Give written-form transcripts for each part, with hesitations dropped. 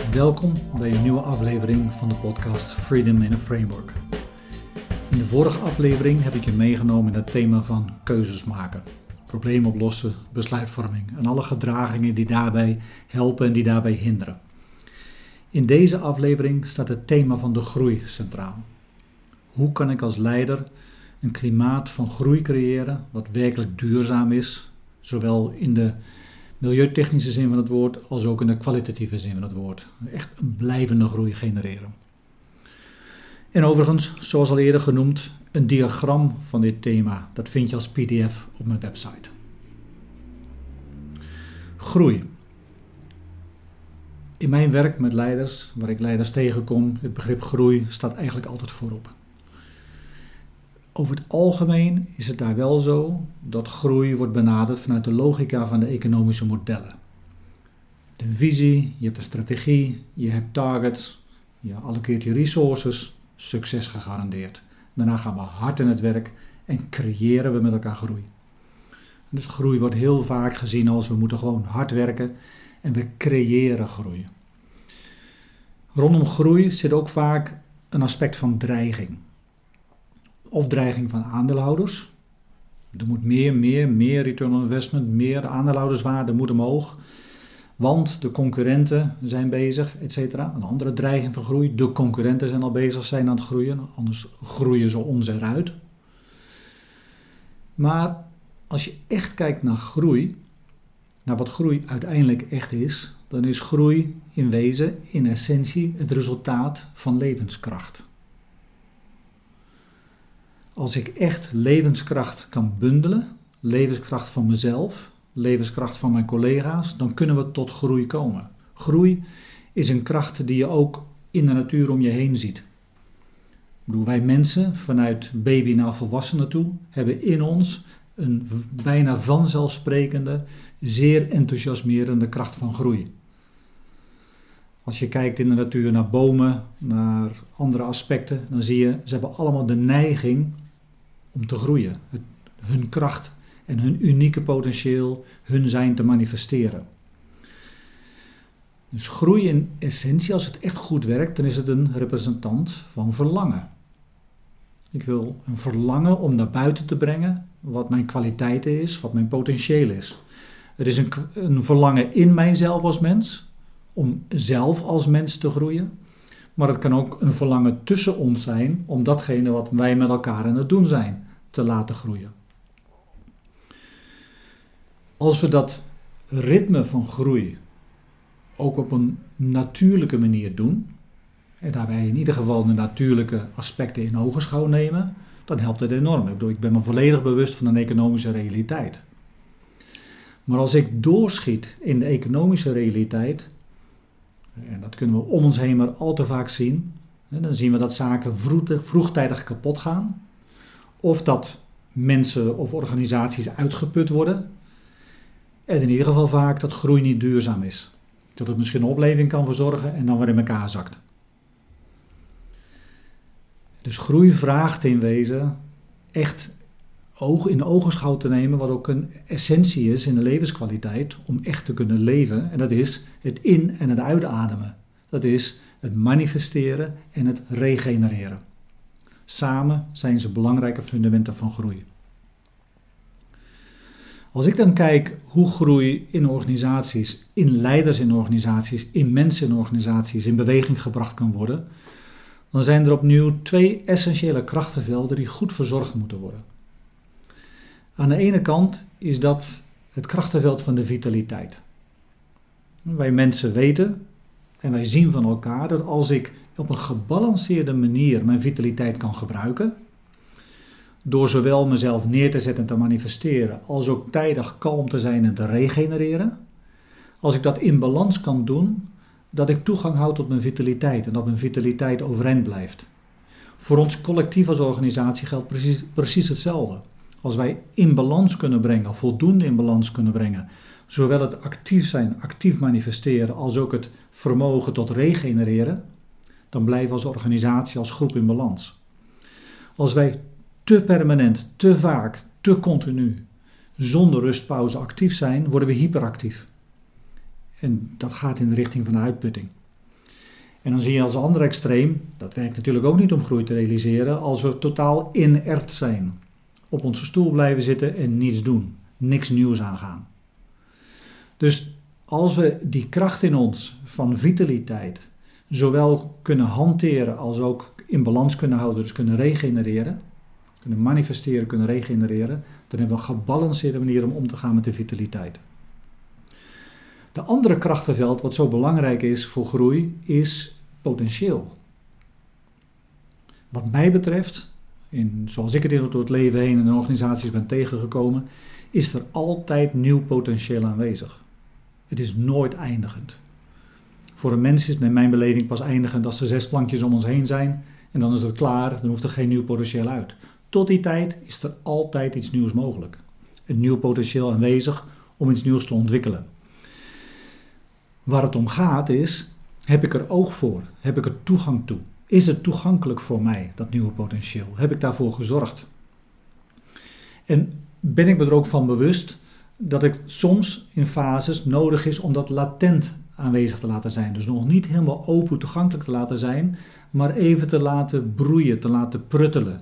Welkom bij een nieuwe aflevering van de podcast Freedom in a Framework. In de vorige aflevering heb ik je meegenomen in het thema van keuzes maken, problemen oplossen, besluitvorming en alle gedragingen die daarbij helpen en die daarbij hinderen. In deze aflevering staat het thema van de groei centraal. Hoe kan ik als leider een klimaat van groei creëren wat werkelijk duurzaam is, zowel in de milieutechnische zin van het woord als ook in de kwalitatieve zin van het woord. Echt een blijvende groei genereren. En overigens, zoals al eerder genoemd, een diagram van dit thema. Dat vind je als pdf op mijn website. Groei. In mijn werk met leiders, waar ik leiders tegenkom, het begrip groei staat eigenlijk altijd voorop. Over het algemeen is het daar wel zo dat groei wordt benaderd vanuit de logica van de economische modellen. Je hebt een visie, je hebt een strategie, je hebt targets, je allokeert je resources, succes gegarandeerd. Daarna gaan we hard in het werk en creëren we met elkaar groei. Dus groei wordt heel vaak gezien als we moeten gewoon hard werken en we creëren groei. Rondom groei zit ook vaak een aspect van dreiging. Of dreiging van aandeelhouders. Er moet meer return on investment, meer aandeelhouderswaarde moet omhoog. Want de concurrenten zijn bezig, etc. Een andere dreiging van groei. De concurrenten zijn al bezig, zijn aan het groeien. Anders groeien ze ons eruit. Maar als je echt kijkt naar groei, naar wat groei uiteindelijk echt is, dan is groei in wezen, in essentie, het resultaat van levenskracht. Als ik echt levenskracht kan bundelen, levenskracht van mezelf, levenskracht van mijn collega's, dan kunnen we tot groei komen. Groei is een kracht die je ook in de natuur om je heen ziet. Ik bedoel, wij mensen, vanuit baby naar volwassene toe, hebben in ons een bijna vanzelfsprekende, zeer enthousiasmerende kracht van groei. Als je kijkt in de natuur naar bomen, naar andere aspecten, dan zie je, ze hebben allemaal de neiging om te groeien. Hun kracht en hun unieke potentieel, hun zijn te manifesteren. Dus groei in essentie, als het echt goed werkt, dan is het een representant van verlangen. Ik wil een verlangen om naar buiten te brengen wat mijn kwaliteiten is, wat mijn potentieel is. Er is een verlangen in mijzelf als mens, om zelf als mens te groeien. Maar het kan ook een verlangen tussen ons zijn om datgene wat wij met elkaar aan het doen zijn te laten groeien. Als we dat ritme van groei ook op een natuurlijke manier doen, en daarbij in ieder geval de natuurlijke aspecten in ogenschouw nemen, dan helpt het enorm. Ik ben me volledig bewust van een economische realiteit. Maar als ik doorschiet in de economische realiteit, en dat kunnen we om ons heen maar al te vaak zien, dan zien we dat zaken vroegtijdig kapot gaan, of dat mensen of organisaties uitgeput worden, en in ieder geval vaak dat groei niet duurzaam is. Dat het misschien een opleving kan verzorgen en dan weer in elkaar zakt. Dus groei vraagt in wezen echt in ogenschouw te nemen wat ook een essentie is in de levenskwaliteit om echt te kunnen leven. En dat is het in- en het uitademen. Dat is het manifesteren en het regenereren. Samen zijn ze belangrijke fundamenten van groei. Als ik dan kijk hoe groei in organisaties, in leiders in organisaties, in mensen in organisaties in beweging gebracht kan worden, dan zijn er opnieuw 2 essentiële krachtenvelden die goed verzorgd moeten worden. Aan de ene kant is dat het krachtenveld van de vitaliteit. Wij mensen weten en wij zien van elkaar dat als ik op een gebalanceerde manier mijn vitaliteit kan gebruiken, door zowel mezelf neer te zetten en te manifesteren, als ook tijdig kalm te zijn en te regenereren, als ik dat in balans kan doen, dat ik toegang houd tot mijn vitaliteit en dat mijn vitaliteit overeind blijft. Voor ons collectief als organisatie geldt precies hetzelfde. Als wij in balans kunnen brengen, voldoende in balans kunnen brengen, zowel het actief zijn, actief manifesteren, als ook het vermogen tot regenereren, dan blijven we als organisatie, als groep in balans. Als wij te permanent, te vaak, te continu, zonder rustpauze actief zijn, worden we hyperactief. En dat gaat in de richting van de uitputting. En dan zie je als ander extreem, dat werkt natuurlijk ook niet om groei te realiseren, als we totaal inert zijn. Op onze stoel blijven zitten en niets doen. Niks nieuws aangaan. Dus als we die kracht in ons van vitaliteit zowel kunnen hanteren als ook in balans kunnen houden, dus kunnen regenereren, kunnen manifesteren, kunnen regenereren, dan hebben we een gebalanceerde manier om te gaan met de vitaliteit. De andere krachtenveld wat zo belangrijk is voor groei is potentieel. Wat mij betreft, zoals ik het door het leven heen en in organisaties ben tegengekomen, is er altijd nieuw potentieel aanwezig. Het is nooit eindigend. Voor een mens is het in mijn beleving pas eindigend als er 6 plankjes om ons heen zijn en dan is het klaar, dan hoeft er geen nieuw potentieel uit. Tot die tijd is er altijd iets nieuws mogelijk. Een nieuw potentieel aanwezig om iets nieuws te ontwikkelen. Waar het om gaat is, heb ik er oog voor? Heb ik er toegang toe? Is het toegankelijk voor mij, dat nieuwe potentieel? Heb ik daarvoor gezorgd? En ben ik me er ook van bewust dat het soms in fases nodig is om dat latent aanwezig te laten zijn. Dus nog niet helemaal open toegankelijk te laten zijn, maar even te laten broeien, te laten pruttelen.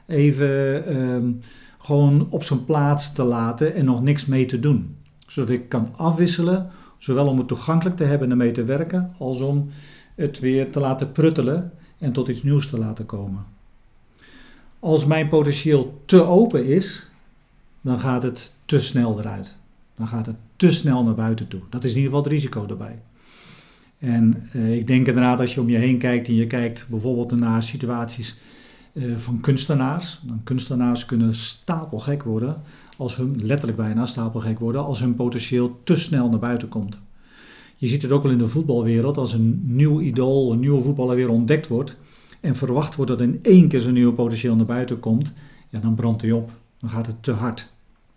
Even gewoon op zijn plaats te laten en nog niks mee te doen. Zodat ik kan afwisselen, zowel om het toegankelijk te hebben en ermee te werken, als om het weer te laten pruttelen en tot iets nieuws te laten komen. Als mijn potentieel te open is, dan gaat het te snel eruit. Dan gaat het te snel naar buiten toe. Dat is in ieder geval het risico erbij. En ik denk inderdaad als je om je heen kijkt en je kijkt bijvoorbeeld naar situaties van kunstenaars. Dan kunstenaars kunnen stapelgek worden, letterlijk bijna stapelgek worden, als hun potentieel te snel naar buiten komt. Je ziet het ook wel in de voetbalwereld, als een nieuw idool, een nieuwe voetballer weer ontdekt wordt en verwacht wordt dat in één keer zijn nieuwe potentieel naar buiten komt, ja, dan brandt hij op. Dan gaat het te hard.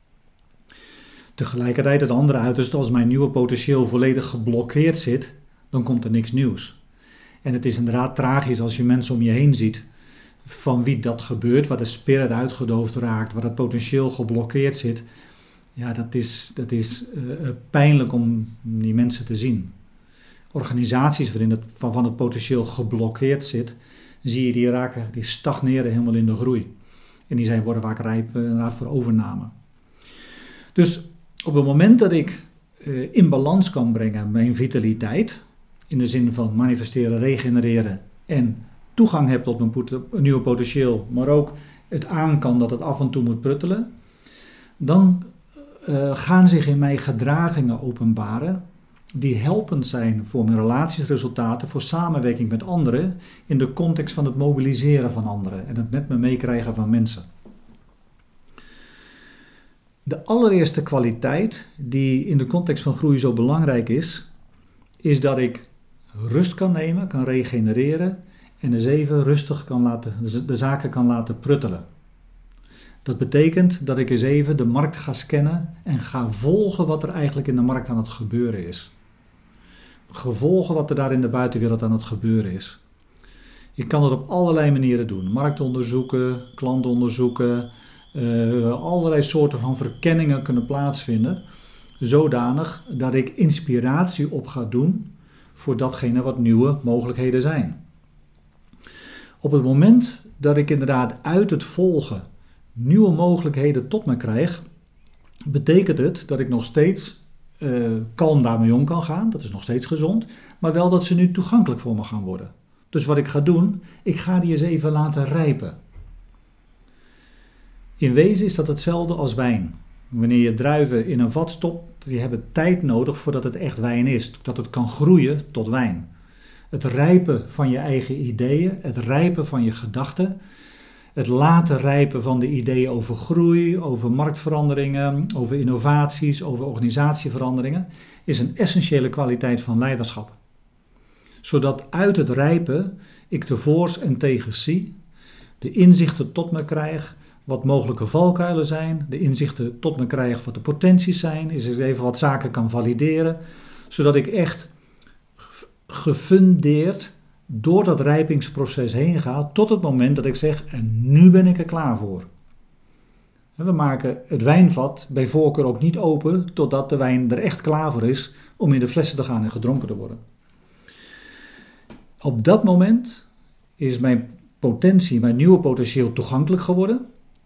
Tegelijkertijd het andere uiterste, als mijn nieuwe potentieel volledig geblokkeerd zit, dan komt er niks nieuws. En het is inderdaad tragisch als je mensen om je heen ziet van wie dat gebeurt, waar de spirit uitgedoofd raakt, waar het potentieel geblokkeerd zit. Ja, dat is pijnlijk om die mensen te zien. Organisaties waarin het van het potentieel geblokkeerd zit, zie je die stagneren helemaal in de groei. En die worden vaak rijp voor overname. Dus op het moment dat ik in balans kan brengen mijn vitaliteit, in de zin van manifesteren, regenereren en toegang heb tot mijn nieuwe potentieel, maar ook het aan kan dat het af en toe moet pruttelen, dan gaan zich in mij gedragingen openbaren die helpend zijn voor mijn relatiesresultaten, voor samenwerking met anderen, in de context van het mobiliseren van anderen en het met me meekrijgen van mensen. De allereerste kwaliteit die in de context van groei zo belangrijk is dat ik rust kan nemen, kan regenereren en eens even rustig de zaken kan laten pruttelen. Dat betekent dat ik eens even de markt ga scannen en ga volgen wat er eigenlijk in de markt aan het gebeuren is. Gevolgen wat er daar in de buitenwereld aan het gebeuren is. Ik kan dat op allerlei manieren doen. Marktonderzoeken, klantonderzoeken, allerlei soorten van verkenningen kunnen plaatsvinden. Zodanig dat ik inspiratie op ga doen voor datgene wat nieuwe mogelijkheden zijn. Op het moment dat ik inderdaad uit het volgen nieuwe mogelijkheden tot me krijg, betekent het dat ik nog steeds kalm daarmee om kan gaan. Dat is nog steeds gezond. Maar wel dat ze nu toegankelijk voor me gaan worden. Dus wat ik ga doen, ik ga die eens even laten rijpen. In wezen is dat hetzelfde als wijn. Wanneer je druiven in een vat stopt, die hebben tijd nodig voordat het echt wijn is. Dat het kan groeien tot wijn. Het rijpen van je eigen ideeën, het rijpen van je gedachten, het laten rijpen van de ideeën over groei, over marktveranderingen, over innovaties, over organisatieveranderingen, is een essentiële kwaliteit van leiderschap. Zodat uit het rijpen ik de voor's en tegens zie, de inzichten tot me krijg, wat mogelijke valkuilen zijn, de inzichten tot me krijg wat de potenties zijn, is even wat zaken kan valideren, zodat ik echt gefundeerd door dat rijpingsproces heen ga tot het moment dat ik zeg, en nu ben ik er klaar voor. We maken het wijnvat bij voorkeur ook niet open totdat de wijn er echt klaar voor is om in de flessen te gaan en gedronken te worden. Op dat moment is mijn potentie, mijn nieuwe potentieel toegankelijk geworden.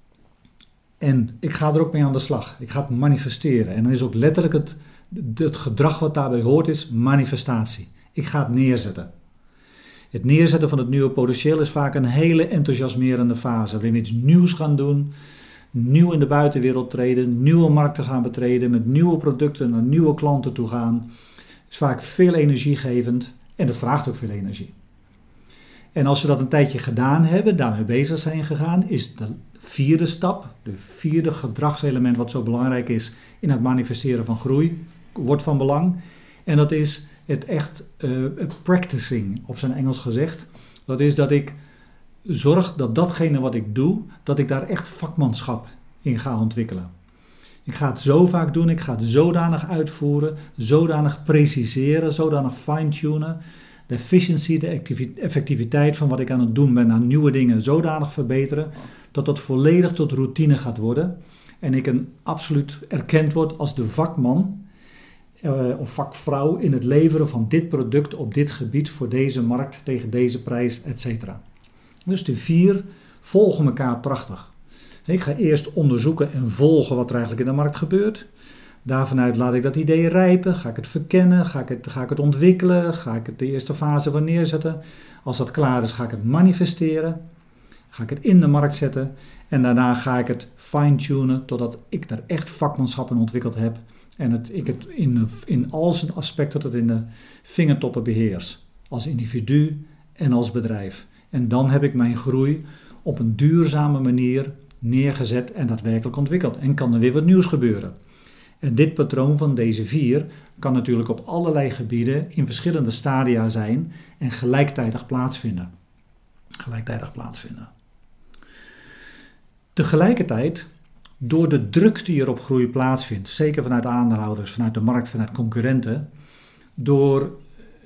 En ik ga er ook mee aan de slag. Ik ga het manifesteren. En dan is ook letterlijk het gedrag wat daarbij hoort is manifestatie. Ik ga het neerzetten. Het neerzetten van het nieuwe potentieel is vaak een hele enthousiasmerende fase. Waarin we iets nieuws gaan doen. Nieuw in de buitenwereld treden. Nieuwe markten gaan betreden. Met nieuwe producten naar nieuwe klanten toe gaan. Het is vaak veel energiegevend. En het vraagt ook veel energie. En als we dat een tijdje gedaan hebben, daarmee bezig zijn gegaan, is de vierde stap, de vierde gedragselement wat zo belangrijk is in het manifesteren van groei, wordt van belang. En dat is het echt practicing, op zijn Engels gezegd. Dat is dat ik zorg dat datgene wat ik doe, dat ik daar echt vakmanschap in ga ontwikkelen. Ik ga het zo vaak doen, ik ga het zodanig uitvoeren, zodanig preciseren, zodanig fine-tunen. De efficiëntie, de effectiviteit van wat ik aan het doen ben aan nieuwe dingen zodanig verbeteren, dat dat volledig tot routine gaat worden. En ik absoluut erkend word als de vakman of vakvrouw in het leveren van dit product op dit gebied voor deze markt tegen deze prijs, etc. Dus de 4 volgen elkaar prachtig. Ik ga eerst onderzoeken en volgen wat er eigenlijk in de markt gebeurt. Daarvanuit laat ik dat idee rijpen, ga ik het verkennen, ga ik het ontwikkelen, ga ik het de eerste fase van neerzetten. Als dat klaar is, ga ik het manifesteren, ga ik het in de markt zetten en daarna ga ik het fine-tunen totdat ik daar echt vakmanschap in ontwikkeld heb en ik het in al zijn aspecten tot in de vingertoppen beheers. Als individu en als bedrijf. En dan heb ik mijn groei op een duurzame manier neergezet en daadwerkelijk ontwikkeld. En kan er weer wat nieuws gebeuren. En dit patroon van deze 4 kan natuurlijk op allerlei gebieden in verschillende stadia zijn en gelijktijdig plaatsvinden. Tegelijkertijd, door de druk die er op groei plaatsvindt, zeker vanuit aandeelhouders, vanuit de markt, vanuit concurrenten, door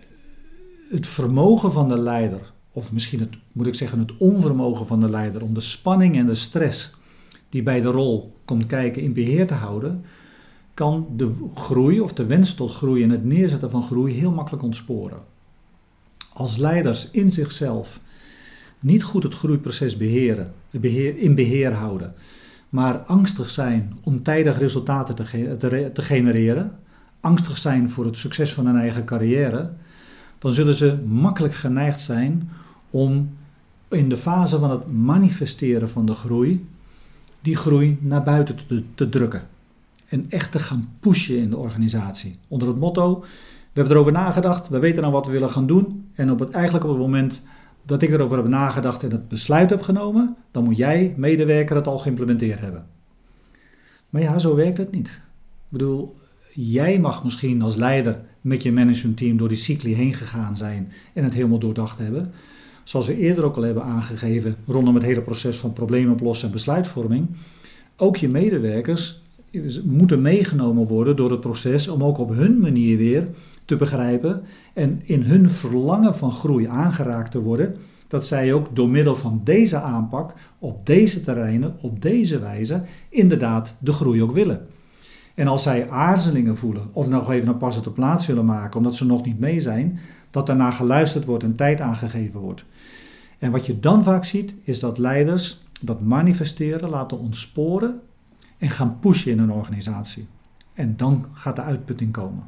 het vermogen van de leider, of misschien het onvermogen van de leider om de spanning en de stress die bij de rol komt kijken in beheer te houden, kan de groei of de wens tot groei en het neerzetten van groei heel makkelijk ontsporen. Als leiders in zichzelf niet goed het groeiproces in beheer houden, maar angstig zijn om tijdig resultaten te genereren, angstig zijn voor het succes van hun eigen carrière, dan zullen ze makkelijk geneigd zijn om in de fase van het manifesteren van de groei, die groei naar buiten te drukken. En echt te gaan pushen in de organisatie. Onder het motto, we hebben erover nagedacht, we weten nou wat we willen gaan doen. En eigenlijk op het moment dat ik erover heb nagedacht en het besluit heb genomen, dan moet jij, medewerker, het al geïmplementeerd hebben. Maar ja, zo werkt het niet. Ik bedoel, jij mag misschien als leider met je managementteam door die cycli heen gegaan zijn en het helemaal doordacht hebben. Zoals we eerder ook al hebben aangegeven rondom het hele proces van probleem oplossen en besluitvorming. Ook je medewerkers moeten meegenomen worden door het proces om ook op hun manier weer te begrijpen en in hun verlangen van groei aangeraakt te worden, dat zij ook door middel van deze aanpak op deze terreinen, op deze wijze, inderdaad de groei ook willen. En als zij aarzelingen voelen of nog even een pas op de plaats willen maken omdat ze nog niet mee zijn, dat daarna geluisterd wordt en tijd aangegeven wordt. En wat je dan vaak ziet, is dat leiders dat manifesteren laten ontsporen en gaan pushen in een organisatie. En dan gaat de uitputting komen.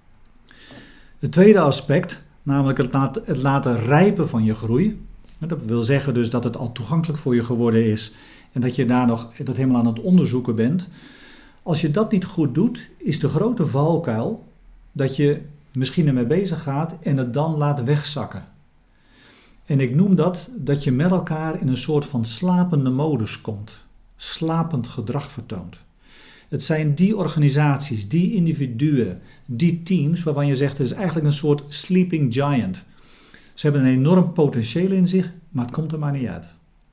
Het tweede aspect, namelijk het laten rijpen van je groei. Dat wil zeggen dus dat het al toegankelijk voor je geworden is en dat je daar nog dat helemaal aan het onderzoeken bent. Als je dat niet goed doet, is de grote valkuil dat je misschien ermee bezig gaat en het dan laat wegzakken. En ik noem dat je met elkaar in een soort van slapende modus komt. Slapend gedrag vertoont. Het zijn die organisaties, die individuen, die teams waarvan je zegt het is eigenlijk een soort sleeping giant. Ze hebben een enorm potentieel in zich, maar het komt er maar niet uit.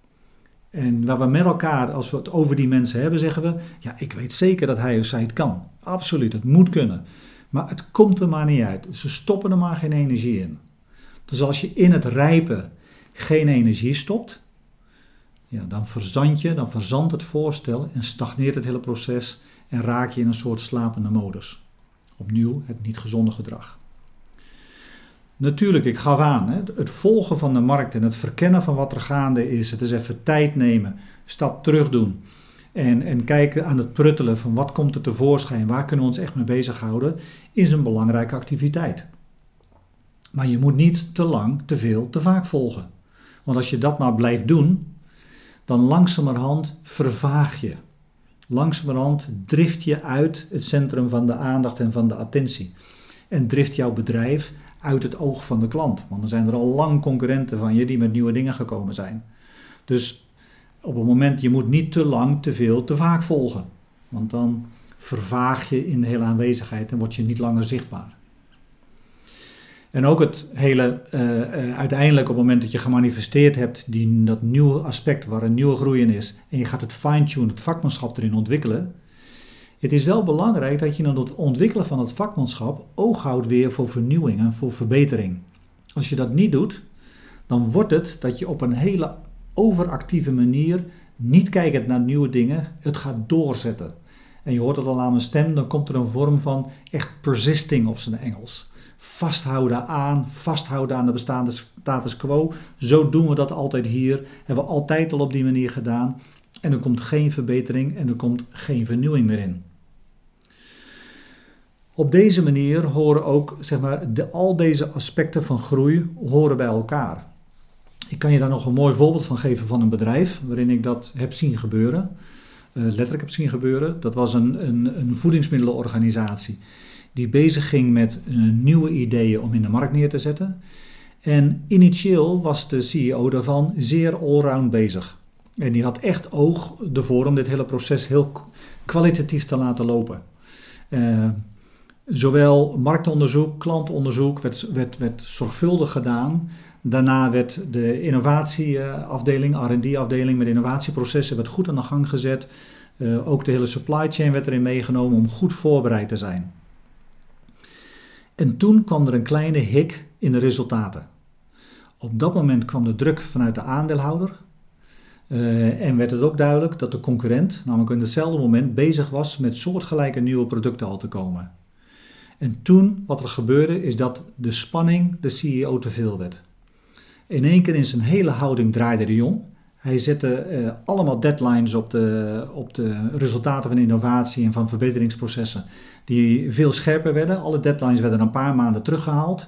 En waar we met elkaar, als we het over die mensen hebben, zeggen we, ja, ik weet zeker dat hij of zij het kan. Absoluut, het moet kunnen. Maar het komt er maar niet uit. Ze stoppen er maar geen energie in. Dus als je in het rijpen geen energie stopt, ja, dan verzandt het voorstel en stagneert het hele proces en raak je in een soort slapende modus. Opnieuw het niet gezonde gedrag. Natuurlijk, ik gaf aan, hè, het volgen van de markt en het verkennen van wat er gaande is, het is even tijd nemen, een stap terug doen en kijken aan het pruttelen van wat komt er tevoorschijn, waar kunnen we ons echt mee bezighouden, is een belangrijke activiteit. Maar je moet niet te lang, te veel, te vaak volgen. Want als je dat maar blijft doen, dan langzamerhand vervaag je. Langzamerhand drift je uit het centrum van de aandacht en van de attentie. En drift jouw bedrijf uit het oog van de klant. Want dan zijn er al lang concurrenten van je die met nieuwe dingen gekomen zijn. Dus op het moment, je moet niet te lang, te veel, te vaak volgen. Want dan vervaag je in de hele aanwezigheid en word je niet langer zichtbaar. En ook het hele, uiteindelijk op het moment dat je gemanifesteerd hebt, dat nieuwe aspect waar een nieuwe groei in is, en je gaat het fine-tune, het vakmanschap erin ontwikkelen. Het is wel belangrijk dat je in het ontwikkelen van het vakmanschap oog houdt weer voor vernieuwing en voor verbetering. Als je dat niet doet, dan wordt het dat je op een hele overactieve manier, niet kijkend naar nieuwe dingen, het gaat doorzetten. En je hoort het al aan mijn stem, dan komt er een vorm van echt persisting op zijn Engels. Vasthouden aan de bestaande status quo. Zo doen we dat altijd hier. Hebben we altijd al op die manier gedaan. En er komt geen verbetering en er komt geen vernieuwing meer in. Op deze manier horen ook, al deze aspecten van groei horen bij elkaar. Ik kan je daar nog een mooi voorbeeld van geven van een bedrijf waarin ik dat heb zien gebeuren. Letterlijk heb zien gebeuren. Dat was een voedingsmiddelorganisatie die bezig ging met nieuwe ideeën om in de markt neer te zetten. En initieel was de CEO daarvan zeer allround bezig. En die had echt oog ervoor om dit hele proces heel kwalitatief te laten lopen. Zowel marktonderzoek, klantonderzoek werd zorgvuldig gedaan. Daarna werd de innovatieafdeling, R&D-afdeling met innovatieprocessen werd goed aan de gang gezet. Ook de hele supply chain werd erin meegenomen om goed voorbereid te zijn. En toen kwam er een kleine hik in de resultaten. Op dat moment kwam de druk vanuit de aandeelhouder. En werd het ook duidelijk dat de concurrent, namelijk in hetzelfde moment, bezig was met soortgelijke nieuwe producten al te komen. En toen, wat er gebeurde, is dat de spanning de CEO te veel werd. In één keer in zijn hele houding draaide hij om. Hij zette allemaal deadlines op de resultaten van innovatie en van verbeteringsprocessen die veel scherper werden. Alle deadlines werden een paar maanden teruggehaald.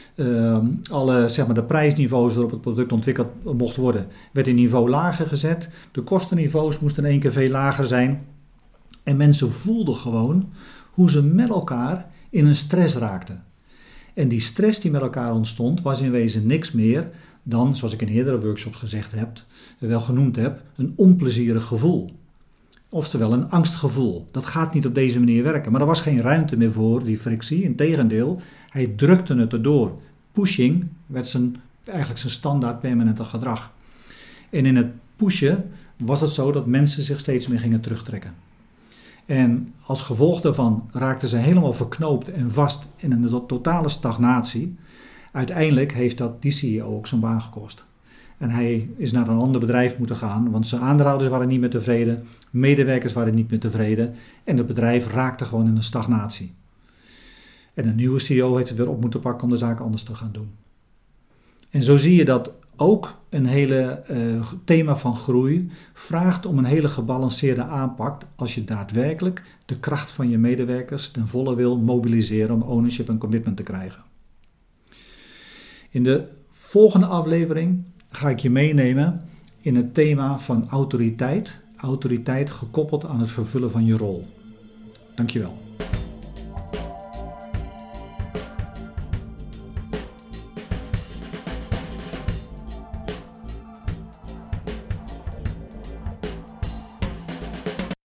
De prijsniveaus waarop het product ontwikkeld mocht worden, werd in niveau lager gezet. De kostenniveaus moesten in één keer veel lager zijn. En mensen voelden gewoon hoe ze met elkaar in een stress raakten. En die stress die met elkaar ontstond, was in wezen niks meer dan, zoals ik in eerdere workshops genoemd heb, een onplezierig gevoel. Oftewel een angstgevoel. Dat gaat niet op deze manier werken. Maar er was geen ruimte meer voor die frictie. Integendeel, hij drukte het erdoor. Pushing werd eigenlijk zijn standaard permanente gedrag. En in het pushen was het zo dat mensen zich steeds meer gingen terugtrekken. En als gevolg daarvan raakten ze helemaal verknoopt en vast in een totale stagnatie. Uiteindelijk heeft dat die CEO ook zijn baan gekost. En hij is naar een ander bedrijf moeten gaan, want zijn aandeelhouders waren niet meer tevreden, medewerkers waren niet meer tevreden en het bedrijf raakte gewoon in een stagnatie. En een nieuwe CEO heeft het weer op moeten pakken om de zaak anders te gaan doen. En zo zie je dat ook een hele thema van groei vraagt om een hele gebalanceerde aanpak als je daadwerkelijk de kracht van je medewerkers ten volle wil mobiliseren om ownership en commitment te krijgen. In de volgende aflevering ga ik je meenemen in het thema van autoriteit. Autoriteit gekoppeld aan het vervullen van je rol. Dankjewel.